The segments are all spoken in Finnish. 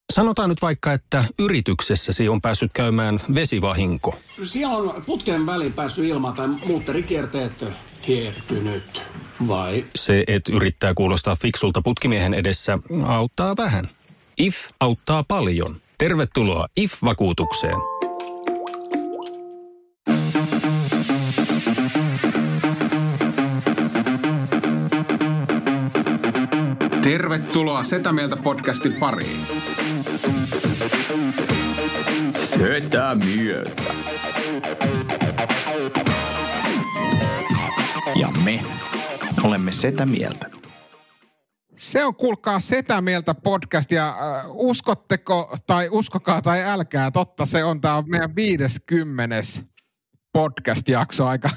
Sanotaan nyt vaikka, että yrityksessäsi on päässyt käymään vesivahinko. Siellä on putken väliin päässyt ilma tai muutterikierteet hiertynyt, vai? Se, että yrittää kuulostaa fiksulta putkimiehen edessä, auttaa vähän. IF auttaa paljon. Tervetuloa IF-vakuutukseen. Tervetuloa Setä Mieltä podcastin pariin. Setä Mieltä. Ja me olemme Setä Mieltä. Se on kuulkaa Setä Mieltä podcast ja uskotteko tai uskokaa tai älkää, totta se on, tämä on meidän 50. podcast-jakso aika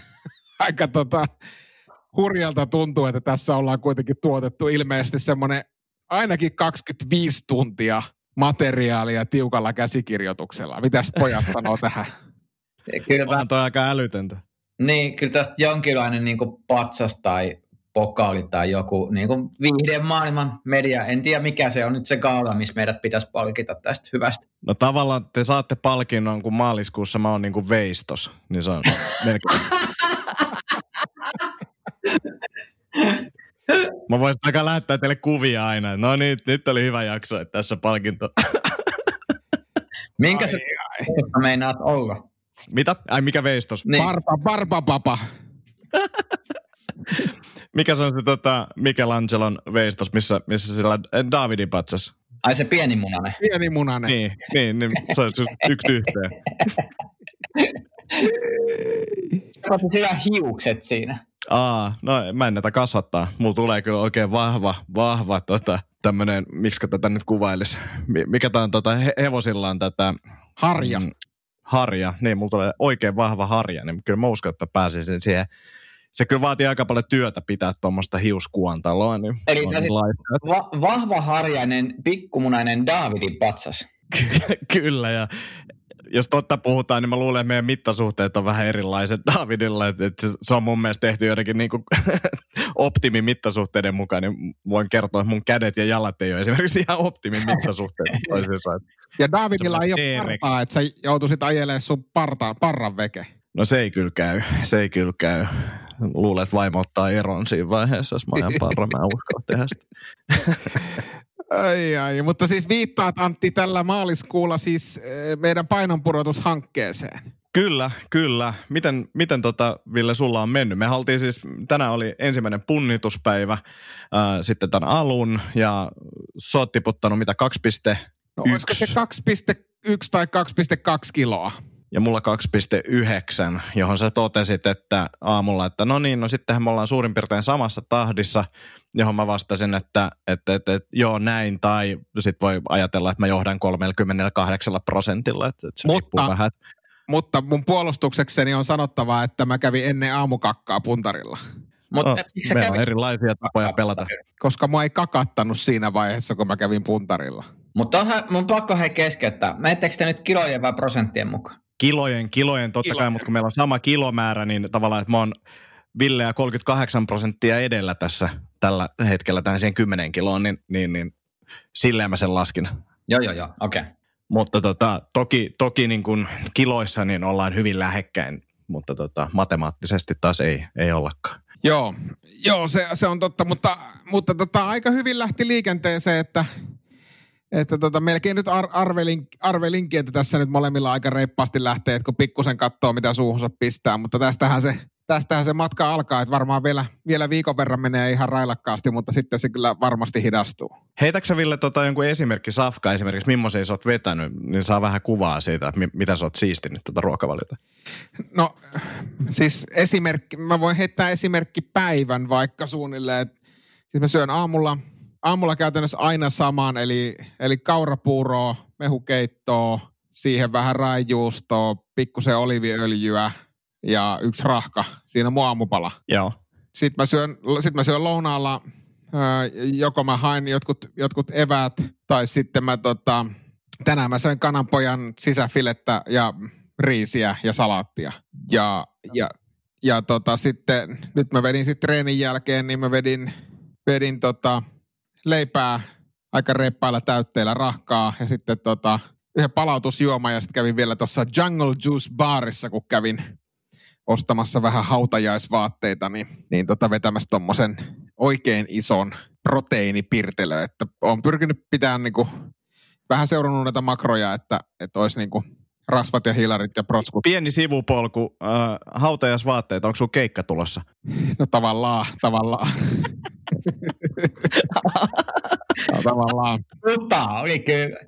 hurjalta tuntuu, että tässä ollaan kuitenkin tuotettu ilmeisesti semmoinen ainakin 25 tuntia materiaalia tiukalla käsikirjoituksella. Mitäs pojat sanoo tähän? Kyllä toi aika älytöntä. Niin, kyllä tästä jonkinlainen niin kuin patsas tai pokaali tai joku niin kuin viihden maailman media. En tiedä mikä se on nyt se gaula, missä meidät pitäisi palkita tästä hyvästä. No tavallaan te saatte palkinnon, kun maaliskuussa mä oon niin kuin veistos. Niin se on melkein. Mä voisin aika lähettää teille kuvia aina. No niin, nyt oli hyvä jakso, että tässä palkinto. Minkä sä meinaat olla? Mitä? Ai mikä veistos? Niin. Barbapapa. Mikä se on se Michelangelon veistos, missä sillä Davidin patsas? Ai se pienimunainen. Pienimunainen. Niin, se on yksi yhteen. Sä sillä hiukset siinä. No mä en näitä kasvattaa. Mulla tulee kyllä oikein vahva tämmönen, miksi tätä nyt kuvailisi. Mikä tää on hevosilla on tätä... Harja. Harja, niin mulla tulee oikein vahva harja, niin kyllä mä uskon, että pääsisin siihen. Se kyllä vaatii aika paljon työtä pitää tuommoista hiuskuontaloa. Niin eli vahva harjainen, pikkumunainen Davidin patsas. Kyllä, ja jos totta puhutaan, niin mä luulen, että meidän mittasuhteet on vähän erilaiset Davidilla. Että se on mun mielestä tehty jotenkin niin kuin optimimittasuhteiden mukaan, niin voin kertoa, että mun kädet ja jalat ei ole esimerkiksi ihan optimimittasuhteet toisiinsa. Ja Davidilla ei ole partaa, että sä joutuisit ajelemaan sun parran veke. No se ei kyllä käy. Luulen, että vaimo ottaa eron siinä vaiheessa, jos mä ajan parran, mä uskalla tehdä sitä. Ai, mutta siis viittaat Antti tällä maaliskuulla siis meidän painonpudotushankkeeseen. Kyllä. Miten Ville sulla on mennyt? Me haltiin siis, tänään oli ensimmäinen punnituspäivä sitten tämän alun ja sä oot tiputtanut mitä 2,1? No olisiko se 2,1 tai 2,2 kiloa? Ja mulla 2,9, johon sä totesit, että aamulla, että no sittenhän me ollaan suurin piirtein samassa tahdissa, johon mä vastasin, että joo näin, tai sit voi ajatella, että mä johdan 38%, että se riippuu vähän. Mutta mun puolustuksekseni on sanottava, että mä kävin ennen aamukakkaa puntarilla. Meillä on erilaisia tapoja pelata. Koska mä ei kakattanut siinä vaiheessa, kun mä kävin puntarilla. Mutta mun pakko keskeyttää. Menettekö te nyt kilojen vai prosenttien mukaan? Kilojen totta kai, mutta kun meillä on sama kilomäärä, niin tavallaan, että mä oon Villeä 38% edellä tässä tällä hetkellä tähän siihen 10 kiloon, niin silleen mä sen laskin. Joo, okei. Okay. Mutta toki niin kuin kiloissa niin ollaan hyvin lähekkäin, mutta matemaattisesti taas ei ollakaan. Joo, se on totta, mutta aika hyvin lähti liikenteeseen, että melkein nyt arvelinkin, että tässä nyt molemmilla aika reippaasti lähtee, että kun pikkusen katsoo, mitä suuhunsa pistää, mutta tästähän se matka alkaa, että varmaan vielä viikon verran menee ihan railakkaasti, mutta sitten se kyllä varmasti hidastuu. Heitäksä Ville jonkun esimerkki Safka esimerkiksi, millaisia sä oot vetänyt, niin saa vähän kuvaa siitä, että mitä sä oot siistinyt ruokavaliota? No siis mä voin heittää esimerkkipäivän vaikka suunnilleen, siis mä syön aamulla käytännössä aina saman, eli kaurapuuroa, mehukeittoa, siihen vähän raijuustoa, pikkusen oliiviöljyä ja yksi rahka. Siinä on mun aamupala. Joo. Sitten mä syön lounaalla, joko mä hain jotkut eväät, tai sitten tänään mä söin kananpojan sisäfilettä ja riisiä ja salaattia. Ja sitten, nyt mä vedin sitten treenin jälkeen, niin mä vedin leipää aika reippailla täytteillä rahkaa ja sitten yhden palautusjuoma ja sitten kävin vielä tuossa Jungle Juice Barissa, kun kävin ostamassa vähän hautajaisvaatteita, niin vetämässä tommosen oikein ison proteiinipirtelö, että olen pyrkinyt pitämään niinku vähän seurannut näitä makroja, että olisi niinku rasvat ja hiilarit ja protskut. Pieni sivupolku, hautajaisvaatteita, onko sulla keikka tulossa? No tavallaan. Tavallaan. Mutta oli kyllä.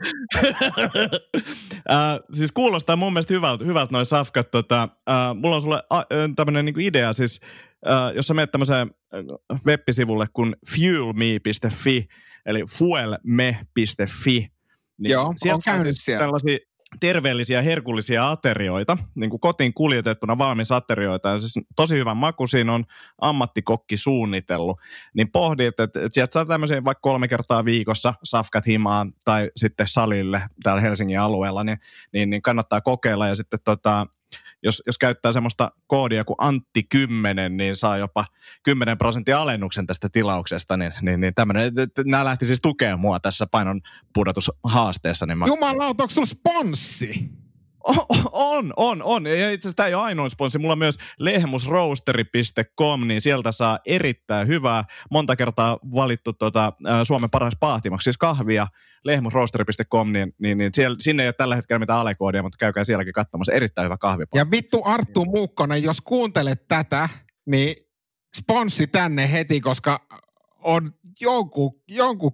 Siis kuulostaa mun mielestä hyvältä noi safkat. Mulla on sulle tämmönen niinku idea, siis jos sä menet tämmöiseen web-sivulle kuin fuelme.fi, eli fuelme.fi, niin joo, on käynyt siellä. Tällaisia terveellisiä, herkullisia aterioita, niin kuin kotiin kuljetettuna valmis aterioita. Ja siis tosi hyvän maku, siinä on ammattikokki suunnitellut. Niin pohdit, että sieltä saa tämmöisiä vaikka 3 kertaa viikossa safkat himaan tai sitten salille täällä Helsingin alueella, niin kannattaa kokeilla. Ja sitten jos käyttää semmoista koodia kuin Antti10, niin saa jopa 10% alennuksen tästä tilauksesta, niin tämmöinen, nämä lähti siis tukemaan mua tässä painon pudotushaasteessa. Niin jumalauta, onko sulla sponssi? On. Ja itse asiassa tämä ei ole ainoa sponssi. Mulla on myös lehmusroasteri.com, niin sieltä saa erittäin hyvää, monta kertaa valittu Suomen parhaiksi paahtimaksi, siis kahvia, lehmusroasteri.com, niin sinne ei ole tällä hetkellä mitään alekoodia, mutta käykää sielläkin katsomassa. Erittäin hyvä kahvipalvelu. Ja vittu Arttu Muukkonen, jos kuuntelet tätä, niin sponssi tänne heti, koska on jonkun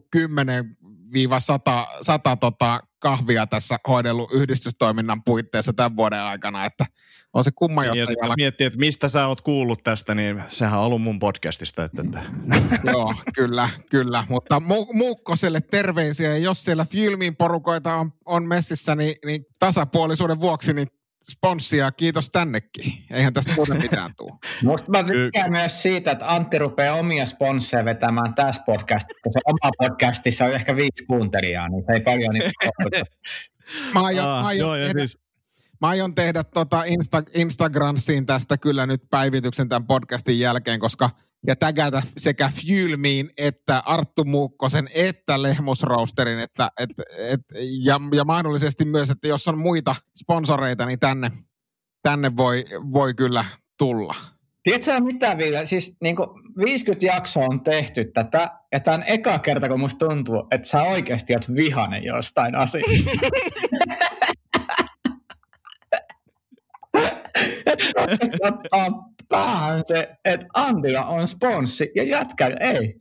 10-100 kahvia tässä hoidellut yhdistystoiminnan puitteissa tämän vuoden aikana, että on se kumma johtajalla. Jos miettii, että mistä sä oot kuullut tästä, niin sehän on ollut mun podcastista. Että. Joo, kyllä, mutta Muukkoselle terveisiä, ja jos siellä Fuelmin porukoita on messissä, niin tasapuolisuuden vuoksi, niin sponssia, kiitos tännekin. Eihän tästä muuten mitään tule. Musta mä tykkään myös siitä, että Antti rupeaa omia sponsseja vetämään tässä podcastissa, kun se oma podcastissa on ehkä 5 kuuntelijaa, niin se ei paljon niitä Mä aion tehdä Instagramsiin tästä kyllä nyt päivityksen tämän podcastin jälkeen, koska ja tägätä sekä Fuelmiin että Arttu Muukkosen että Lehmusroasterin ja mahdollisesti myös, että jos on muita sponsoreita, niin tänne voi kyllä tulla. Tiedätkö mitä vielä? Siis niin 50 jaksoa on tehty tätä, ja tämä on eka kerta, kun musta tuntuu, että sä oikeasti oot vihainen jostain asiasta. Päähän se, että Antilla on sponssi ja jätkällä ei.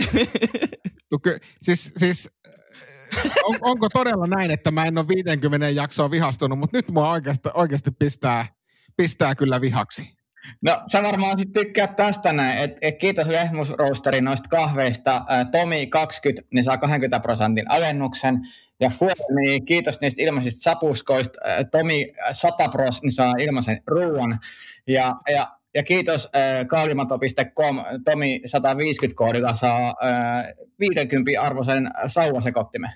Siis onko todella näin, että mä en ole 50 jaksoa vihastunut, mutta nyt mua oikeasti pistää kyllä vihaksi. No sä varmaan sitten tykkäät tästä näin, että kiitos Lehmusroasterin noista kahveista. Tomi 20, niin saa 20% alennuksen. Ja Fuelmi, kiitos niistä ilmaisista sapuskoista. Tomi 100%, niin saa ilmaisen ruoan. Ja kiitos kaalimato.com, Tomi 150 koodilla saa 50 arvoisen sauvasekottimen.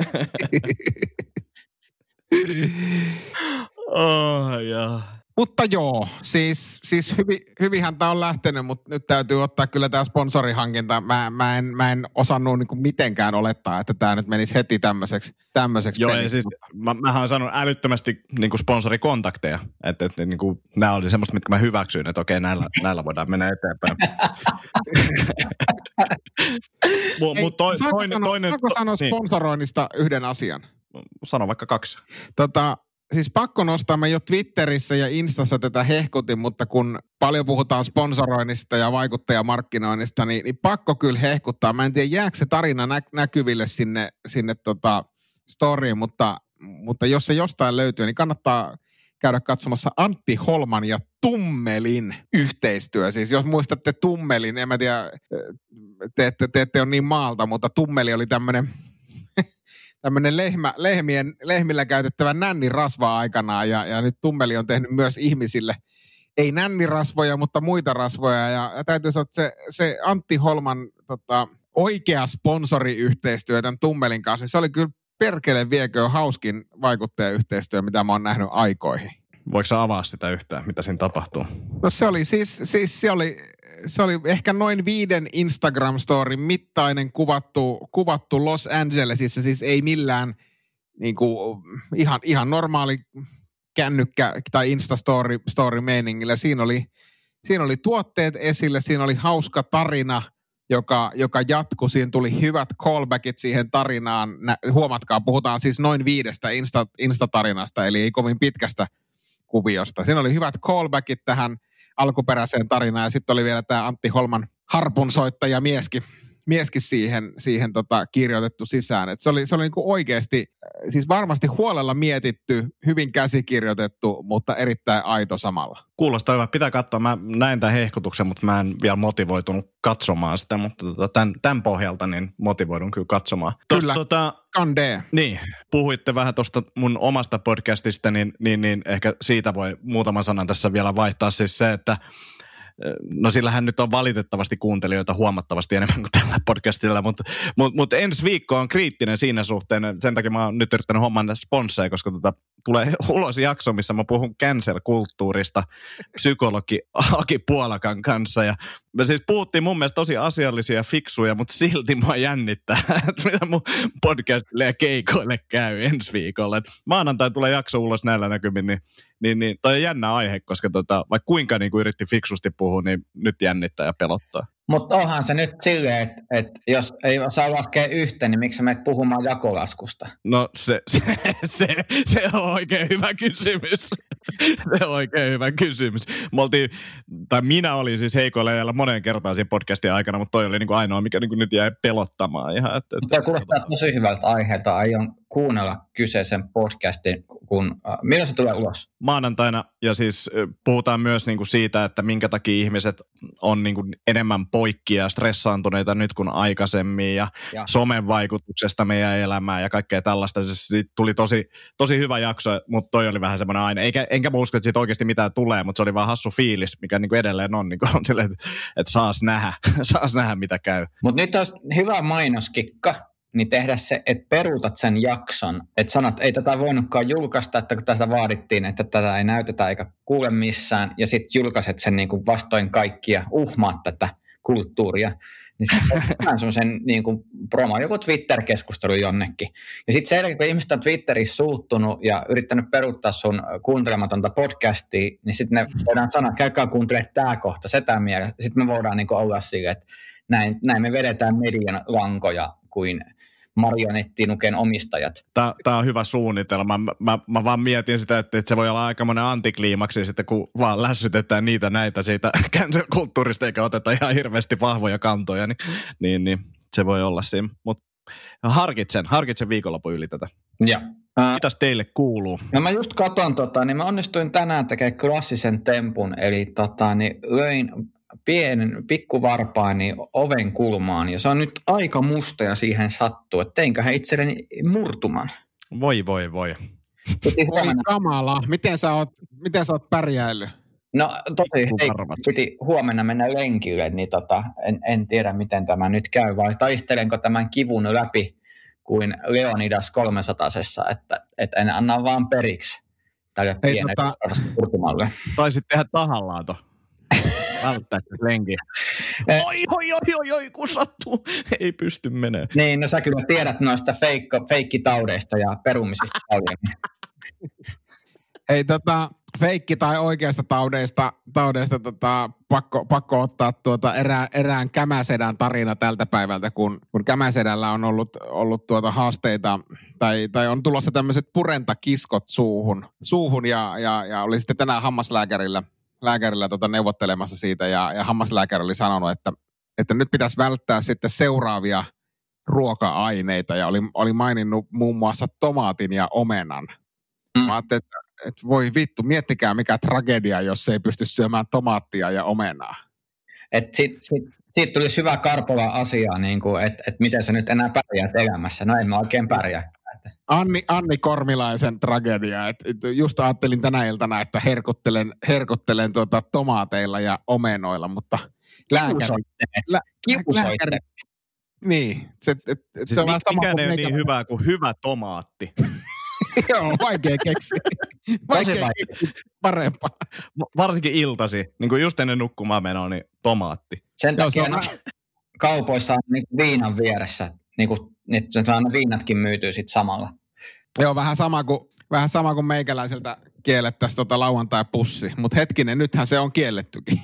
Mutta joo, siis hyvinhän tämä on lähtenyt, mutta nyt täytyy ottaa kyllä tämä sponsorihankinta. Mä en osannut niinku mitenkään olettaa, että tämä nyt menisi heti tämmöiseksi joo, peliksi. ja siis mähän olen saanut älyttömästi niinku sponsorikontakteja, että niinku, nämä oli semmoista, mitkä mä hyväksyin, että okei, näillä voidaan mennä eteenpäin. Saanko sanoa sponsoroinnista yhden asian? Sano vaikka 2. Siis pakko nostaa, mä jo Twitterissä ja Instassa tätä hehkutin, mutta kun paljon puhutaan sponsoroinnista ja vaikuttajamarkkinoinnista, niin pakko kyllä hehkuttaa. Mä en tiedä, jääkö se tarina näkyville sinne storyin, mutta jos se jostain löytyy, niin kannattaa käydä katsomassa Antti Holman ja Tummelin yhteistyö. Siis jos muistatte Tummelin, en mä tiedä, te ette ole niin maalta, mutta Tummeli oli tämmöinen lehmillä käytettävä nännirasva aikanaan, ja nyt Tummeli on tehnyt myös ihmisille, ei nännirasvoja, mutta muita rasvoja, ja täytyy sanoa, että se Antti Holman oikea sponsoriyhteistyö tämän Tummelin kanssa, se oli kyllä perkele vieköön hauskin vaikuttajayhteistyö, mitä mä oon nähnyt aikoihin. Voiko sä avaa sitä yhtään, mitä siinä tapahtuu? No se oli oli ehkä noin 5 Instagram-storin mittainen kuvattu Los Angelesissa, siis ei millään niin kuin, ihan normaali kännykkä tai Insta-story-meiningillä. Siinä oli tuotteet esille, siinä oli hauska tarina, joka jatkui. Siinä tuli hyvät callbackit siihen tarinaan. Huomatkaa, puhutaan siis noin 5 Insta-tarinasta, eli ei kovin pitkästä kuviosta. Siinä oli hyvät callbackit tähän alkuperäiseen tarinaan, ja sitten oli vielä tämä Antti Holman harpunsoittaja mieskin siihen kirjoitettu sisään. Et se oli niin kuin oikeasti, siis varmasti huolella mietitty, hyvin käsikirjoitettu, mutta erittäin aito samalla. Kuulostaa hyvä. Pitää katsoa. Mä näin tämän hehkutuksen, mutta mä en vielä motivoitunut katsomaan sitä, mutta tämän pohjalta niin motivoidun kyllä katsomaan. Kyllä, kandee. Niin, puhuitte vähän tuosta mun omasta podcastista, niin ehkä siitä voi muutaman sanan tässä vielä vaihtaa. Siis se, että no sillähän nyt on valitettavasti kuuntelijoita huomattavasti enemmän kuin tällä podcastilla, mutta ensi viikko on kriittinen siinä suhteen. Sen takia mä oon nyt yrittänyt homman sponsseja, koska tulee ulos jakso, missä mä puhun cancel-kulttuurista psykologi Aki Puolakan kanssa. Ja me siis puhuttiin mun mielestä tosi asiallisia ja fiksuja, mutta silti mua jännittää, että mitä mun podcastille ja keikoille käy ensi viikolla. Et maanantai tulee jakso ulos näillä näkymin, niin toi on jännä aihe, koska vaikka kuinka niin kuin yritti fiksusti puhua, niin nyt jännittää ja pelottaa. Mutta onhan se nyt silleen, että jos ei saa laskea yhteen, niin miksi sä menet puhumaan jakolaskusta? No se on oikein hyvä kysymys. Se on oikein hyvä kysymys. Minä olin siis heikoilla jäljellä monen kertaan siinä podcastin aikana, mutta toi oli niin kuin ainoa, mikä niin kuin nyt jäi pelottamaan. Tämä kuulostaa tosi hyvältä aiheelta. Aion kuunnella kyseisen podcastin, milloin se tulee ulos? Maanantaina, ja siis puhutaan myös niin kuin siitä, että minkä takia ihmiset on niin kuin enemmän poikki ja stressaantuneita nyt kuin aikaisemmin, ja somen vaikutuksesta meidän elämään ja kaikkea tällaista. Siis tuli tosi hyvä jakso, mutta toi oli vähän semmoinen aina. Enkä mä usko, että siitä oikeasti mitään tulee, mutta se oli vaan hassu fiilis, mikä niin kuin edelleen on, niin kuin on silleen, että saas nähdä mitä käy. Mutta nyt olisi hyvä mainoskikka, niin tehdä se, että peruutat sen jakson, että sanot, ei tätä voinutkaan julkaista, että kun tästä vaadittiin, että tätä ei näytetä eikä kuule missään, ja sitten julkaiset sen niin kuin vastoin kaikkia, uhmaat tätä kulttuuria, niin sitten on semmoisen niin kuin promo, joku Twitter-keskustelu jonnekin. Ja sitten sen jälkeen, kun ihmiset on Twitterissä suuttunut ja yrittänyt peruuttaa sun kuuntelematonta podcastia, niin sitten ne voidaan sanoa, käykää kuuntelemaan tämä kohta, sitä mieltä. Sitten me voidaan niin kuin olla silleen, että näin me vedetään median lankoja kuin marionettinuken omistajat. Tämä on hyvä suunnitelma. Mä vaan mietin sitä, että se voi olla aikamoinen antikliimaksi sitten, kun vaan lässytetään näitä siitä cancel-kulttuurista, eikä oteta ihan hirveästi vahvoja kantoja, niin se voi olla siinä. Mutta harkitsen viikonlopun yli tätä. Ja. Mitäs teille kuuluu? No mä just katon, niin mä onnistuin tänään tekemään klassisen tempun, eli löin pienen pikkuvarpaani oven kulmaan, ja se on nyt aika musta ja siihen sattuu, että teinköhän itselleni murtuman. Voi. Voi kamala. Miten sä oot pärjäillyt? No piti huomenna mennä lenkille, niin en tiedä miten tämä nyt käy, vai taistelenko tämän kivun läpi kuin Leonidas 300-sessa, että en anna vaan periksi tälle pienelle murtumalle. Taisit tehdä tahallaan to. Välttää lenki. Oi, kun sattuu. Ei pysty menemään. Niin, no sä kyllä tiedät noista feikkitaudeista ja perumisista paljon. Hei, feikki- tai oikeasta taudeista pakko ottaa erään Kämäsedän tarina tältä päivältä, kun Kämäsedällä on ollut haasteita, tai on tulossa tämmöiset purentakiskot suuhun ja oli sitten tänään hammaslääkärillä neuvottelemassa siitä, ja hammaslääkäri oli sanonut, että nyt pitäisi välttää sitten seuraavia ruoka-aineita, ja oli maininnut muun muassa tomaatin ja omenan. Mä ajattelin, että voi vittu, miettikää mikä tragedia, jos ei pysty syömään tomaattia ja omenaa. Siitä tulisi hyvä karpola asiaa, niin että miten sä nyt enää pärjäät elämässä. No en mä oikein pärjää. Anni Kormilaisen tragedia. Just ajattelin tänä iltana, että herkuttelen tomaateilla ja omenoilla, mutta lääkäri... Niin. Se on vähän sama kuin ei ole niin hyvää kuin hyvä tomaatti. Joo, vaikea keksiä. parempaa. Varsinkin iltasi, niin kuin just ennen nukkumaan menoa, niin tomaatti. Sen takia kaupoissa on niin viinan vieressä, niin kuin sen saa ne viinatkin myytyy sitten samalla. Joo, vähän sama kuin meikäläiseltä kiellettäisiin lauantai-pussi, mutta hetkinen, nythän se on kiellettykin.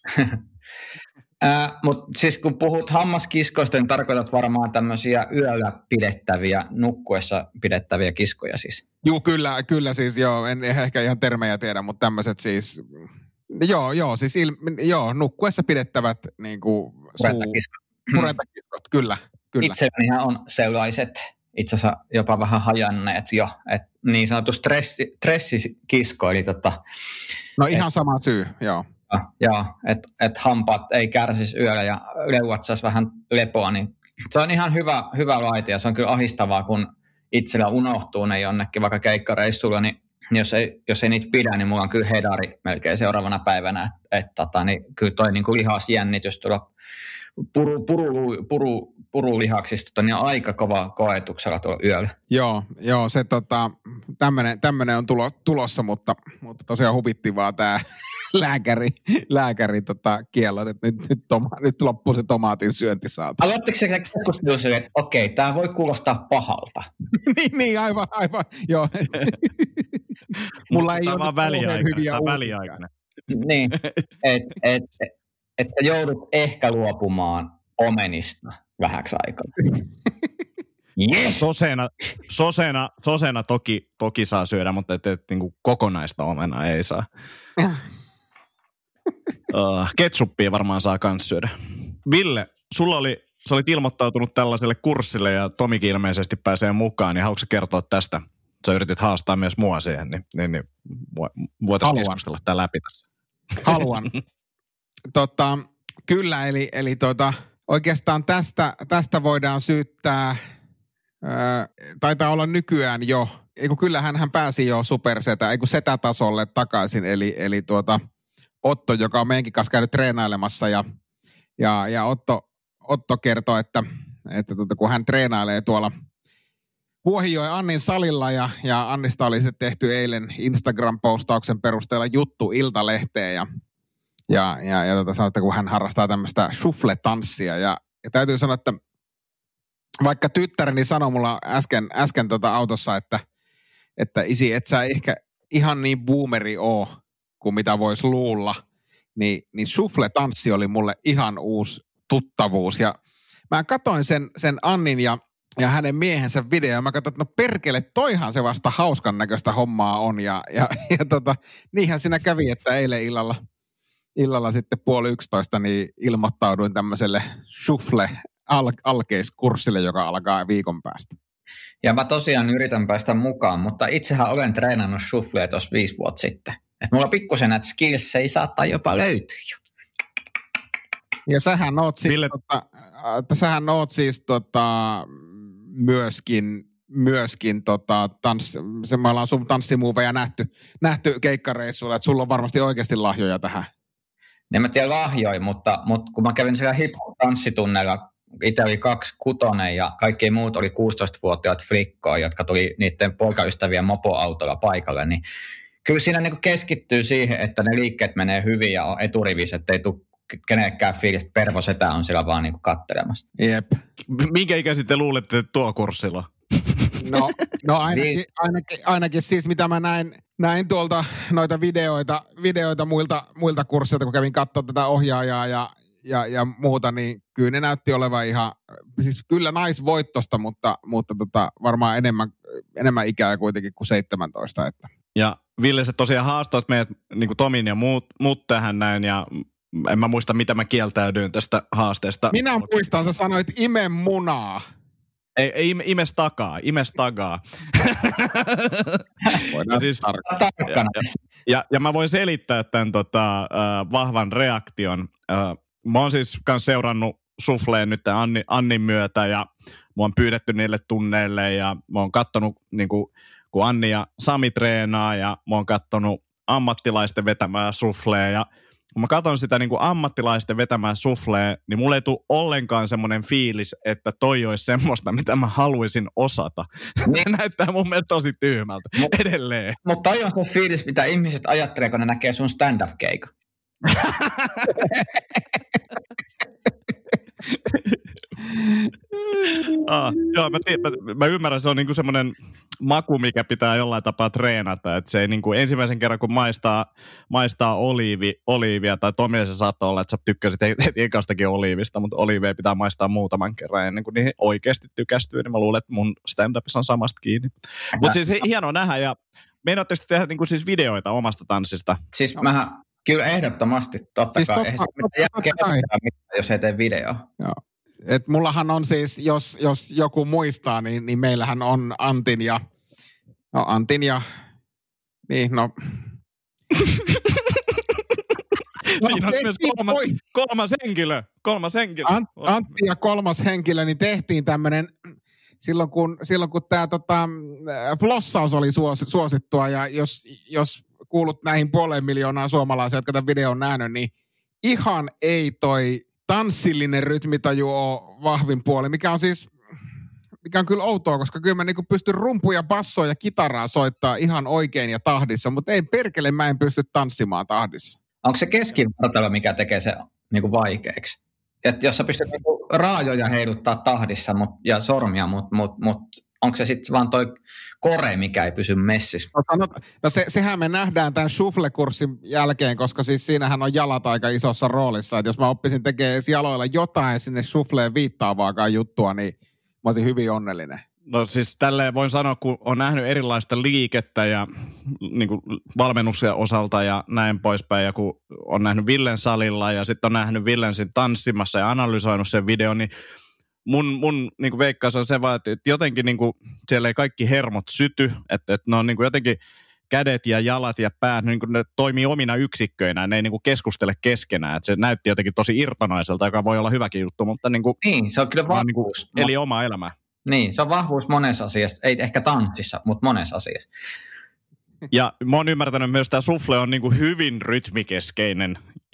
Mutta siis kun puhut hammaskiskoista, niin tarkoitat varmaan tämmöisiä yöllä pidettäviä, nukkuessa pidettäviä kiskoja siis. Joo, kyllä siis joo, en ehkä ihan termejä tiedä, mutta tämmöiset siis, siis nukkuessa pidettävät niinku purentakiskot, kyllä. Itsellänihän on sellaiset, itse asiassa jopa vähän hajanneet jo, että niin sanottu stressikisko, eli No ihan sama syy, joo. Joo, että hampaat ei kärsisi yöllä ja leuat saisi vähän lepoa, niin se on ihan hyvä laite ja se on kyllä ahdistavaa, kun itsellä unohtuu ne jonnekin vaikka keikkareissulla, niin jos ei niitä pidä, niin mulla on kyllä hedari melkein seuraavana päivänä, että niin kyllä toi niin kuin lihasjännitys tuolla purulihaksista niin on aika kova koetuksella tuolla yöllä. Joo, se tämmöinen on tulossa, mutta tosiaan huvittivaa tämä lääkäri kiellot, että nyt loppuu se tomaatin syönti saatu. Aloitteko se keskustelu sille, että okei, tämä voi kuulostaa pahalta? niin, aivan, joo. Mulla ei ole väliaikainen. Niin, että joudut ehkä luopumaan omenista vähäksi aikaa. Yes. Sosena toki saa syödä, mutta niinku kokonaista omenaa ei saa. Ketsuppia varmaan saa kans syödä. Ville, sä olit ilmoittautunut tällaiselle kurssille ja Tomikin ilmeisesti pääsee mukaan, niin haluatko kertoa tästä? Sä yritit haastaa myös mua siihen, niin voitaisiin keskustella tää läpi tässä. Haluan. Kyllä, eli oikeastaan tästä voidaan syyttää, taitaa olla nykyään jo, kyllähän hän pääsi jo setätasolle takaisin, eli Otto, joka on meidänkin kanssa käynyt treenailemassa ja Otto kertoi, että kun hän treenailee tuolla Vuohijoen Annin salilla ja Annista oli se tehty eilen Instagram-postauksen perusteella juttu Iltalehteen ja sanoi, että kun hän harrastaa tämmöistä shuffle-tanssia ja täytyy sanoa, että vaikka tyttäreni sanoi mulla äsken autossa, että isi, et sä ehkä ihan niin boomeri oo kuin mitä voisi luulla, niin shuffle-tanssi oli mulle ihan uusi tuttavuus ja mä katsoin sen Annin ja hänen miehensä video ja mä katsoin, että no perkele, toihan se vasta hauskan näköistä hommaa on ja niinhän siinä kävi, että eilen illalla sitten 10:30 niin ilmoittauduin tämmöiselle shuffle-alkeiskurssille, joka alkaa viikon päästä. Ja mä tosiaan yritän päästä mukaan, mutta itsehän olen treenannut shufflea tuossa 5 vuotta sitten. Että mulla pikkusen näitä skillsejä saattaa jopa löytyä jo. Ja sähän oot siis myöskin me ollaan sun tanssimuoveja nähty keikkareissuilla, että sulla on varmasti oikeasti lahjoja tähän. En mä tiedä lahjoja, mutta kun mä kävin siellä hip-tanssitunneilla, itse oli 2'6" ja kaikki muut oli 16-vuotiaat flikkoja, jotka tuli niiden poikaystävien mopoautolla paikalle, niin kyllä siinä niin keskittyy siihen, että ne liikkeet menee hyvin ja on eturivissä, ettei tule kenenkään fiilistä. Pervo setä on siellä vaan niin kattelemassa. Jep. Minkä ikäisin te luulette, että tuo kurssilla? No ainakin siis, mitä mä näin tuolta noita videoita muilta kursseilta, kun kävin katsoa tätä ohjaajaa ja muuta, niin kyllä ne näytti olevan ihan, siis kyllä naisvoittosta, mutta varmaan enemmän ikää kuitenkin kuin 17. Että. Ja Ville, sä tosiaan haastoit meidät, niin kuin Tomin ja muut tähän näin, ja en mä muista, mitä mä kieltäydyin tästä haasteesta. Minä muistan, sä sanoit ime munaa. Ei, imes tagaa. Ja mä voin selittää tämän vahvan reaktion. Mä oon siis kans seurannut shuffleen nyt Annin myötä ja mä oon pyydetty niille tunneille ja mä oon kattonut niin kun Anni ja Sami treenaa ja mä oon kattonut ammattilaisten vetämää shufflea ja kun mä katson sitä niin kuin ammattilaisten vetämään suflee, niin mulle ei tule ollenkaan semmoinen fiilis, että toi olisi semmoista, mitä mä haluaisin osata. Niin. Se näyttää mun mielestä tosi tyhmältä edelleen. Mutta toi on se fiilis, mitä ihmiset ajattelee, kun ne näkee sun stand-up-keikan. Joo, mä ymmärrän, se on niinku semmoinen maku, mikä pitää jollain tapaa treenata. Että se ei niinku ensimmäisen kerran, kun maistaa oliivia, tai Tomille se saattaa olla, että sä tykkäsit heti ekastakin oliivista, mutta oliiveja pitää maistaa muutaman kerran ennen kuin niihin oikeasti tykästyy, niin mä luulen, että mun stand-upissa on samasta kiinni. Mutta siis hienoa nähdä, ja meinatteko tehdä niinku siis videoita omasta tanssista? Siis mähän kyllä ehdottomasti, totta Siis kai. Jos ei tee videoa. Joo. Et mullahan on siis, jos joku muistaa, niin meillähän on Antin ja niin no. Siinä on myös kolmas henkilö. Antti ja kolmas henkilö, niin tehtiin tämmöinen, silloin kun tämä flossaus oli suosittua, ja jos kuulut näihin 500,000 suomalaisia, jotka tämän videon on nähnyt, niin ihan ei toi tanssillinen rytmitaju ole vahvin puoli, mikä on kyllä outoa, koska kyllä mä niinku pystyn rumpuja, bassoa ja kitaraa soittaa ihan oikein ja tahdissa, mutta ei perkele, mä en pysty tanssimaan tahdissa. Onko se keskivartalo, mikä tekee se niinku vaikeaksi? Et jos sä pystyt niinku raajoja heiluttaa tahdissa ja sormia, mutta onko se sitten vaan toi kore, mikä ei pysy messissä? No sehän me nähdään tämän shuffle-kurssin jälkeen, koska siis siinähän on jalat aika isossa roolissa. Että jos mä oppisin tekemään jaloilla jotain sinne shuffleen viittaavaakaan juttua, niin mä olisin hyvin onnellinen. No siis tälleen voin sanoa, kun on nähnyt erilaista liikettä ja niin kuin valmennuksen osalta ja näin poispäin, ja kun on nähnyt Villen salilla ja sitten on nähnyt Villen tanssimassa ja analysoinut sen videon, niin mun niin kuin veikkaus on se vaan, että jotenkin niin kuin siellä ei kaikki hermot syty, että ne on niin kuin jotenkin kädet ja jalat ja päät, niin kuin ne toimii omina yksikköinä, ne ei niin kuin keskustele keskenään, että se näytti jotenkin tosi irtonaiselta, joka voi olla hyväkin juttu, mutta niin kuin, niin, se on kyllä vahvuus. Eli oma elämä. Niin, se on vahvuus monessa asiassa, ei ehkä tanssissa, mutta monessa asiassa. Ja mä oon ymmärtänyt myös, että tämä sufle on niin kuin hyvin rytmikeskeinen.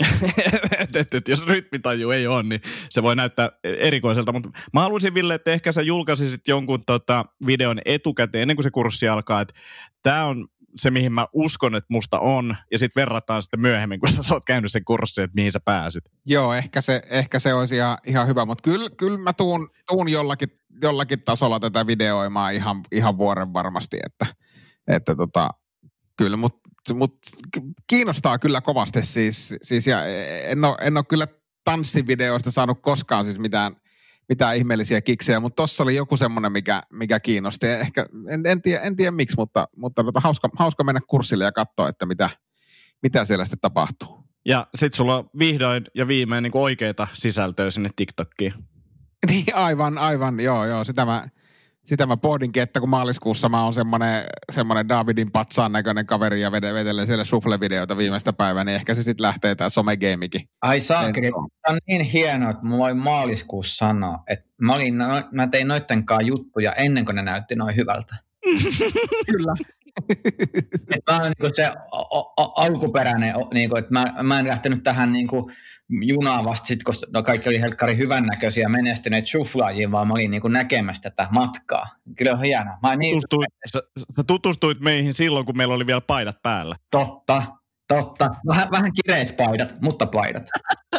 Et jos rytmitaju ei ole, niin se voi näyttää erikoiselta. Mutta mä haluaisin, Ville, että ehkä sä julkaisisit jonkun videon etukäteen ennen kuin se kurssi alkaa. Että tämä on se, mihin mä uskon, että musta on. Ja sitten verrataan sitten myöhemmin, kun sä oot käynyt sen kurssin, että mihin sä pääsit. Joo, ehkä se olisi ihan hyvä. Mutta kyllä mä tuun jollakin tasolla tätä videoimaan ihan vuoren varmasti. Että kyllä, mutta kiinnostaa kyllä kovasti siis ja en ole kyllä tanssivideoista saanut koskaan siis mitään ihmeellisiä kiksejä, mutta tossa oli joku semmoinen, mikä kiinnosti. Ehkä, en tiedä miksi, mutta hauska mennä kurssille ja katsoa, että mitä siellä sitten tapahtuu. Ja sit sulla on vihdoin ja viimein niin oikeita sisältöä sinne TikTokkiin. Niin aivan, joo, sitä mä pohdinkin, että kun maaliskuussa mä oon semmoinen Davidin patsaan näköinen kaveri ja vetelee siellä shuffle-videoita viimeistä päivää, niin ehkä se sitten lähtee tää somegeimikin. Ai saakeli, on niin hienoa, että mä voin maaliskuussa sanoa, että mä tein noittenkaan juttuja ennen kuin ne näytti noin hyvältä. Kyllä. Että mä olen niin se alkuperäinen, niin kuin, että mä en lähtenyt tähän niin kuin junaa vasta sitten, kun kaikki oli helkkari hyvännäköisiä ja menestyneet shufflaajia, vaan mä olin niin kuin näkemässä tätä matkaa. Kyllä on hienoa. Sä tutustuit meihin silloin, kun meillä oli vielä paidat päällä. Totta. Vähän kireet paidat, mutta paidat.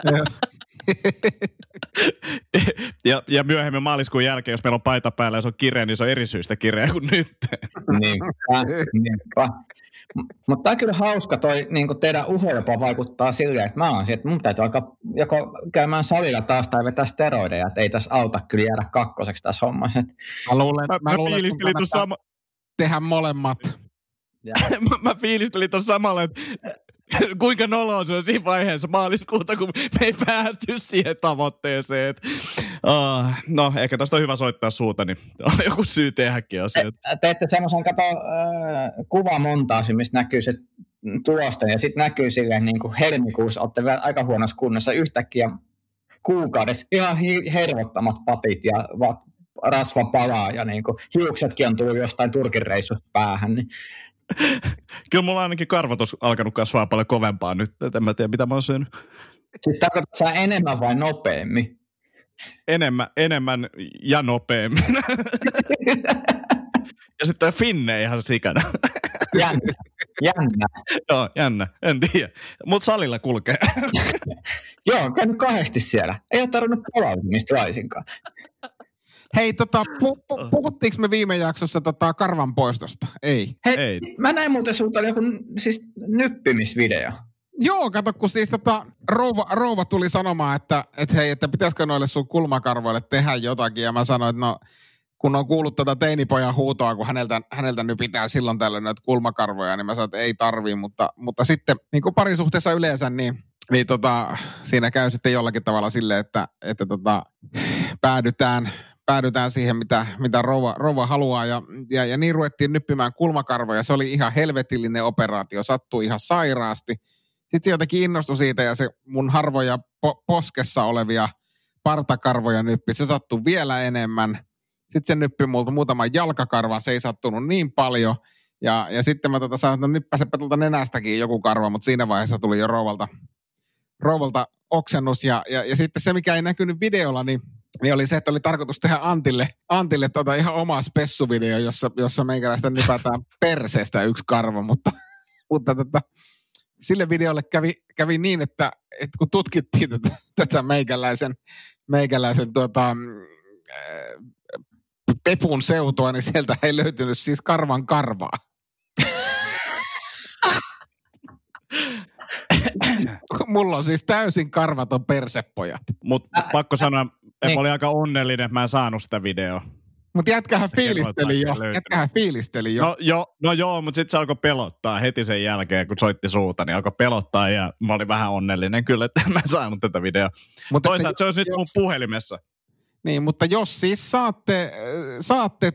ja myöhemmin maaliskuun jälkeen, jos meillä on paita päällä ja se on kireä, niin se on eri syystä kireä kuin nyt. Niinpä. Mutta tämä on kyllä hauska, toi niin teidän uho jopa vaikuttaa silleen, että mä oon siihen, että mun täytyy alkaa joko käymään salilla taas tai vetää steroideja, että ei tässä auta kyllä jäädä kakkoseksi tässä hommassa. Mä luulen, että tehdä molemmat. Mä fiilistelin tuossa samalla, että kuinka noloa se on siinä vaiheessa maaliskuuta, kun me ei päästy siihen tavoitteeseen. No, ehkä tästä on hyvä soittaa suuta, niin on joku syy tehdäkin asiat. Teette semmoisen, kuvamontaasin, mistä näkyy se tulosten, ja sitten näkyy silleen niin kuin helmikuussa, olette vielä aika huonossa kunnossa yhtäkkiä kuukaudessa. Ihan hervottamat patit ja rasva palaa, ja niin kuin hiuksetkin on tullut jostain Turkin reissusta päähän, niin Kyllä mulla on ainakin karvotus alkanut kasvaa paljon kovempaa nyt, että en mä tiedä mitä mä oon syönyt. Sitten tarkoitatko sä enemmän vai nopeammin? Enemmän ja nopeammin. Ja sitten Finne ihan sikana. Jännä. Joo, jännä. En tiedä. Mut salilla kulkee. Joo, on käynyt 2 siellä. Ei ole tarvinnut palautumista laisinkaan. Hei, puhuttiinko me viime jaksossa karvan poistosta? Ei. Hei, mä näin muuten sulta joku siis nyppimisvideo. Joo, kato, kun siis rouva tuli sanomaan, että hei, että pitäisikö noille sun kulmakarvoille tehdä jotakin. Ja mä sanoin, että no, kun on kuullut teinipojan huutoa, kun häneltä nypitään silloin tällöin noita kulmakarvoja, niin mä sanoin, että ei tarvii. Mutta sitten niin kuin parisuhteessa yleensä, niin siinä käy sitten jollakin tavalla silleen, että päädytään siihen, mitä rouva haluaa. Ja niin ruvettiin nyppimään kulmakarvoja. Se oli ihan helvetillinen operaatio, sattui ihan sairaasti. Sitten se jotenkin innostui siitä ja se mun harvoja poskessa olevia partakarvoja nyppi. Se sattui vielä enemmän. Sitten se nyppi multa muutaman jalkakarvan. Se ei sattunut niin paljon. Ja sitten mä sanoin, että no nyppäsepä tuolta nenästäkin joku karva, mutta siinä vaiheessa tuli jo rouvalta oksennus. Ja sitten se, mikä ei näkynyt videolla, niin oli se, että oli tarkoitus tehdä Antille ihan oma spessuvideo, jossa meikäläistä nypätään perseestä yksi karva, mutta sille videolle kävi niin, että kun tutkittiin tätä meikäläisen pepun seutua, niin sieltä ei löytynyt siis karvan karvaa. Mulla on siis täysin karvaton persepojat. Mutta pakko sanoa, että mä olin aika onnellinen, että mä en saanut sitä videoa. Mutta jätkähän fiilisteli jo. No joo, mutta sitten se alkoi pelottaa heti sen jälkeen, kun soitti suuta, niin alkoi pelottaa ja mä olin vähän onnellinen kyllä, että mä en saanut tätä videoa. Mutta toisaalta se olisi nyt mun puhelimessa. Niin, mutta jos siis saatte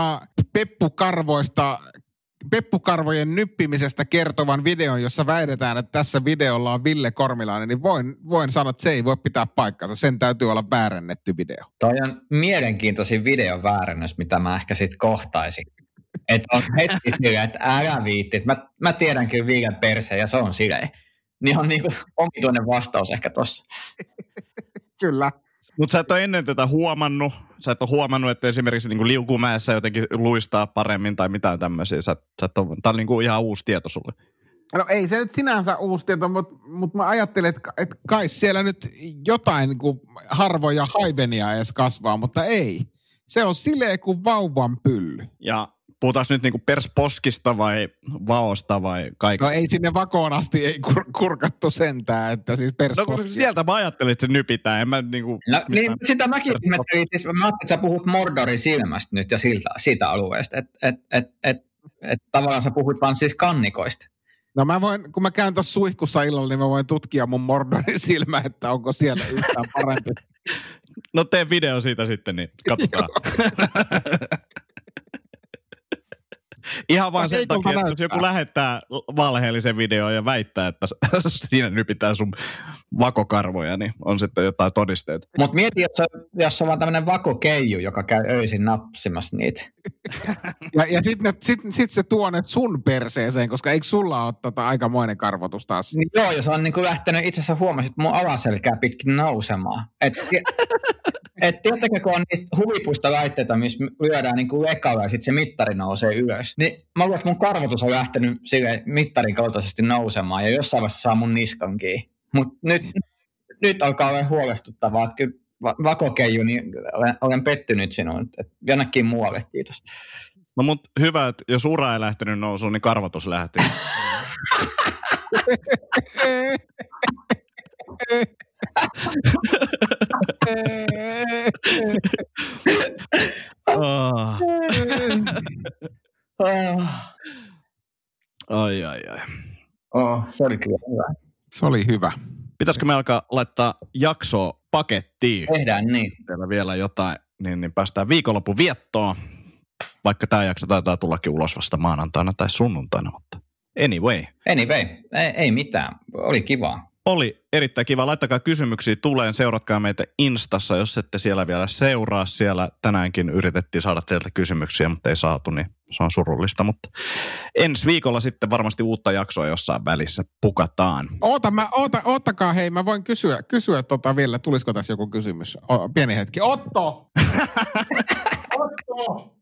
peppukarvojen nyppimisestä kertovan videon, jossa väitetään, että tässä videolla on Ville Kormilainen, niin voin sanoa, että se ei voi pitää paikkansa. Sen täytyy olla väärennetty video. Toi on mielenkiintoisin videon väärennös, mitä mä ehkä sitten kohtaisin. Että on hetki silleen, että älä viitti. Mä tiedän kyllä Villen perseen ja se on silleen. Niin on niinku omituinen vastaus ehkä tossa. Kyllä. Mutta sä et ole ennen tätä huomannut. Sä et ole huomannut, että esimerkiksi niinku liukumäessä jotenkin luistaa paremmin tai mitään tämmöisiä. Tämä on niinku ihan uusi tieto sulle. No ei se nyt sinänsä uusi tieto, mutta mä ajattelin, että kai siellä nyt jotain niinku harvoja haivenia edes kasvaa, mutta ei. Se on sileä kuin vauvan pylly. Ja puhutaan nyt niinku persposkista vai vaosta vai kaikesta? No ei sinne vakoon asti ei kurkattu sentään, että siis persposki. No sieltä mä ajattelin, että se nypitään. En mä niinku... No niin, sitä mäkin ihmettelin. Mä ajattelin, että sä puhut Mordorin silmästä nyt ja siitä alueesta. Että tavallaan sä puhut vaan siis kannikoista. No kun mä käyn tuossa suihkussa illalla, niin mä voin tutkia mun Mordorin silmä, että onko siellä yhtään parempi. No tee video siitä sitten, niin katsotaan. Ihan vaan sen takia, että jos joku lähettää valheellisen videon ja väittää, että siinä nypitään sun vakokarvoja, niin on sitten jotain todisteita. Mutta mieti, jos on vaan tämmöinen vakokeiju, joka käy öisin napsimassa niitä. Ja sit se tuo ne sun perseeseen, koska eikö sulla ole aikamoinen karvotus taas? Niin joo, ja se on niinku lähtenyt itse asiassa huomasit mun alaselkää pitkin nousemaan. Tiedättekö, kun on niistä huvipuista väitteitä, missä lyödään niinku ekalla ja sitten se mittari nousee ylös. Niin mä luulen, että mun karvotus on lähtenyt sille mittarin kaltaisesti nousemaan ja jossain vaiheessa saa mun niskan kiinni. Mutta nyt alkaa olla huolestuttavaa, että kyllä vakokeiju, niin olen pettynyt sinuun. Jonnekin muualle, kiitos. No mut hyvä, että jos ura ei lähtenyt nousuun, niin karvotus lähti. Ai. Se oli kyllä hyvä. Se oli hyvä. Pitäisikö me alkaa laittaa jaksoa pakettiin? Tehdään niin. Teillä vielä jotain, niin päästään viikonlopun viettoon. Vaikka tämä jakso taitaa tullakin ulos vasta maanantaina tai sunnuntaina, mutta anyway. Ei mitään. Oli kivaa. Oli erittäin kiva. Laittakaa kysymyksiä tuleen. Seuratkaa meitä Instassa, jos ette siellä vielä seuraa. Siellä tänäänkin yritettiin saada teiltä kysymyksiä, mutta ei saatu, niin se on surullista. Mutta ensi viikolla sitten varmasti uutta jaksoa jossain välissä pukataan. Ottakaa, hei, mä voin kysyä vielä, tulisiko tässä joku kysymys? Pieni hetki. Otto! Otto!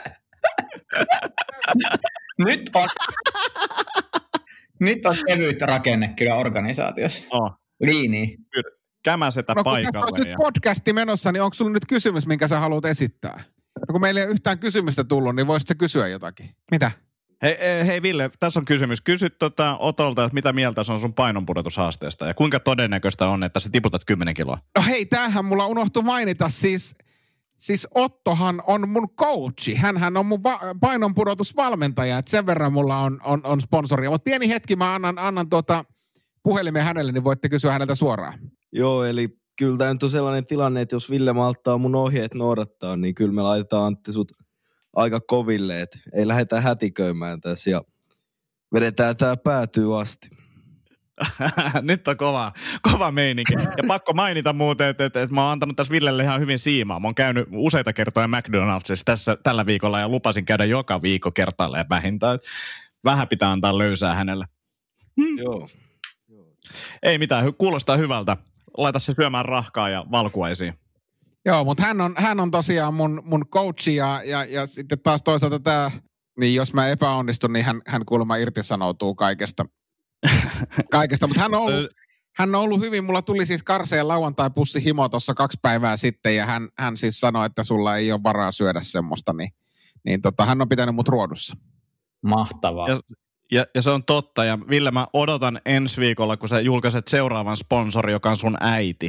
Nyt on kevyt rakenne kyllä organisaatiossa. Liini. Kämäsetä paikalle. Kun tässä nyt podcasti menossa, niin onko sulla nyt kysymys, minkä sä haluat esittää? Ja kun meillä ei ole yhtään kysymystä tullut, niin voisit sä kysyä jotakin? Mitä? Hei Ville, tässä on kysymys. Kysy Otolta, että mitä mieltä se on sun painonpudotushaasteesta ja kuinka todennäköistä on, että sä tiputat 10 kiloa? No hei, tämähän mulla unohtui mainita Siis Ottohan on mun coachi. Hänhän on mun painonpudotusvalmentaja, että sen verran mulla on sponsoria. Mutta pieni hetki, mä annan puhelimen hänelle, niin voitte kysyä häneltä suoraan. Joo, eli kyllä tämä nyt on sellainen tilanne, että jos Ville malttaa mun ohjeet noudattaa, niin kyllä me laitetaan Antti sut aika koville, että ei lähdetä hätiköimään tässä ja vedetään tää päätyy asti. Nyt on kova meininki. Ja pakko mainita muuten, että mä oon antanut tässä Villelle ihan hyvin siimaa. Mä oon käynyt useita kertoja McDonaldsissa tällä viikolla ja lupasin käydä joka viikko kertaalleen vähintään. Vähän pitää antaa löysää hänelle. Joo. Ei mitään, kuulostaa hyvältä. Laita se syömään rahkaa ja valkuaisiin. Joo, mutta hän on tosiaan mun coachi ja sitten taas toisaalta tämä, niin jos mä epäonnistun, niin hän kuulemma irtisanoutuu kaikesta. Mutta hän on ollut hyvin, mulla tuli siis karseen lauantai-pussi himo tuossa 2 päivää sitten ja hän siis sanoi, että sulla ei ole varaa syödä semmoista, niin hän on pitänyt mut ruodussa. Mahtavaa. Ja se on totta. Ja Ville, mä odotan ensi viikolla, kun sä julkaiset seuraavan sponsorin, joka on sun äiti.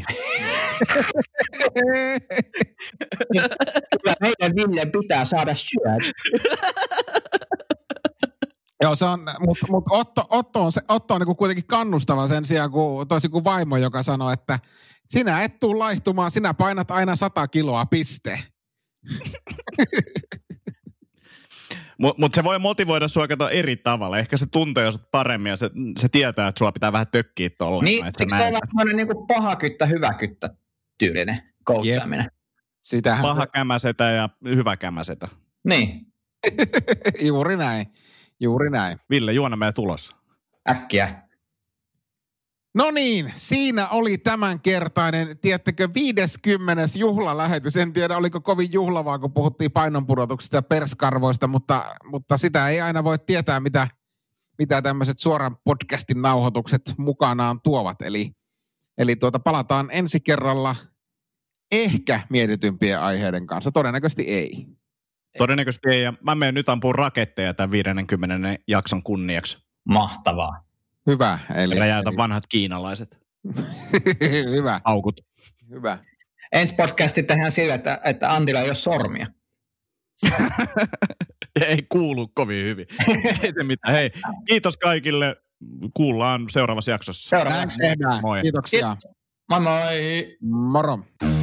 Kyllä meidän Ville pitää saada syödä. Joo, se on, mutta Otto on niin kuitenkin kannustava sen sijaan, toisin kuin vaimo, joka sanoo, että sinä et tule laihtumaan, sinä painat aina 100 kiloa, piste. Mutta se voi motivoida sua eri tavalla. Ehkä se tuntee jos paremmin ja se tietää, että sua pitää vähän tökkiä tolleen. Niin, eikö se ole vähän niin kuin paha kyttä, hyvä kyttä tyylinen coachaaminen? Sitähän paha kämäsetä ja hyvä kämäsetä. Niin. Juuri näin. Ville, juona meidän tulos. Äkkiä. No niin, siinä oli tämänkertainen, tiedättekö, 50. juhlalähetys. En tiedä, oliko kovin juhlavaa, kun puhuttiin painonpudotuksista ja perskarvoista, mutta sitä ei aina voi tietää, mitä tämmöiset suoran podcastin nauhoitukset mukanaan tuovat. Eli palataan ensi kerralla ehkä mietitympien aiheiden kanssa. Todennäköisesti ei. Todennäköisesti ei, ja mä menen nyt ampuun raketteja tämän 50. jakson kunniaksi. Mahtavaa. Hyvä. Räjäytä vanhat kiinalaiset. Hyvä. Aukut. Hyvä. Ensi podcasti tehdään sillä, että Antilla ei ole sormia. Ei kuulu kovin hyvin. Ei se mitään. Hei, kiitos kaikille. Kuullaan seuraavassa jaksossa. Näin tehdään. Moi. Kiitoksia. Moi moi. Moro.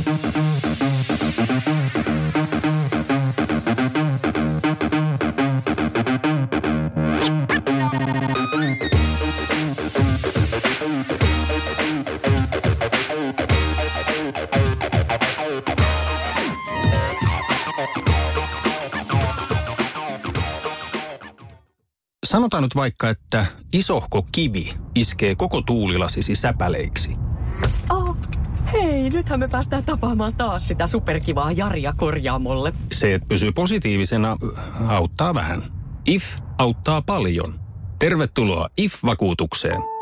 Sanotaan nyt vaikka, että isohko kivi iskee koko tuulilasisi säpäleiksi. Oh, hei, nythän me päästään tapaamaan taas sitä superkivaa Jaria korjaamolle. Se, että pysyy positiivisena, auttaa vähän. IF auttaa paljon. Tervetuloa IF-vakuutukseen.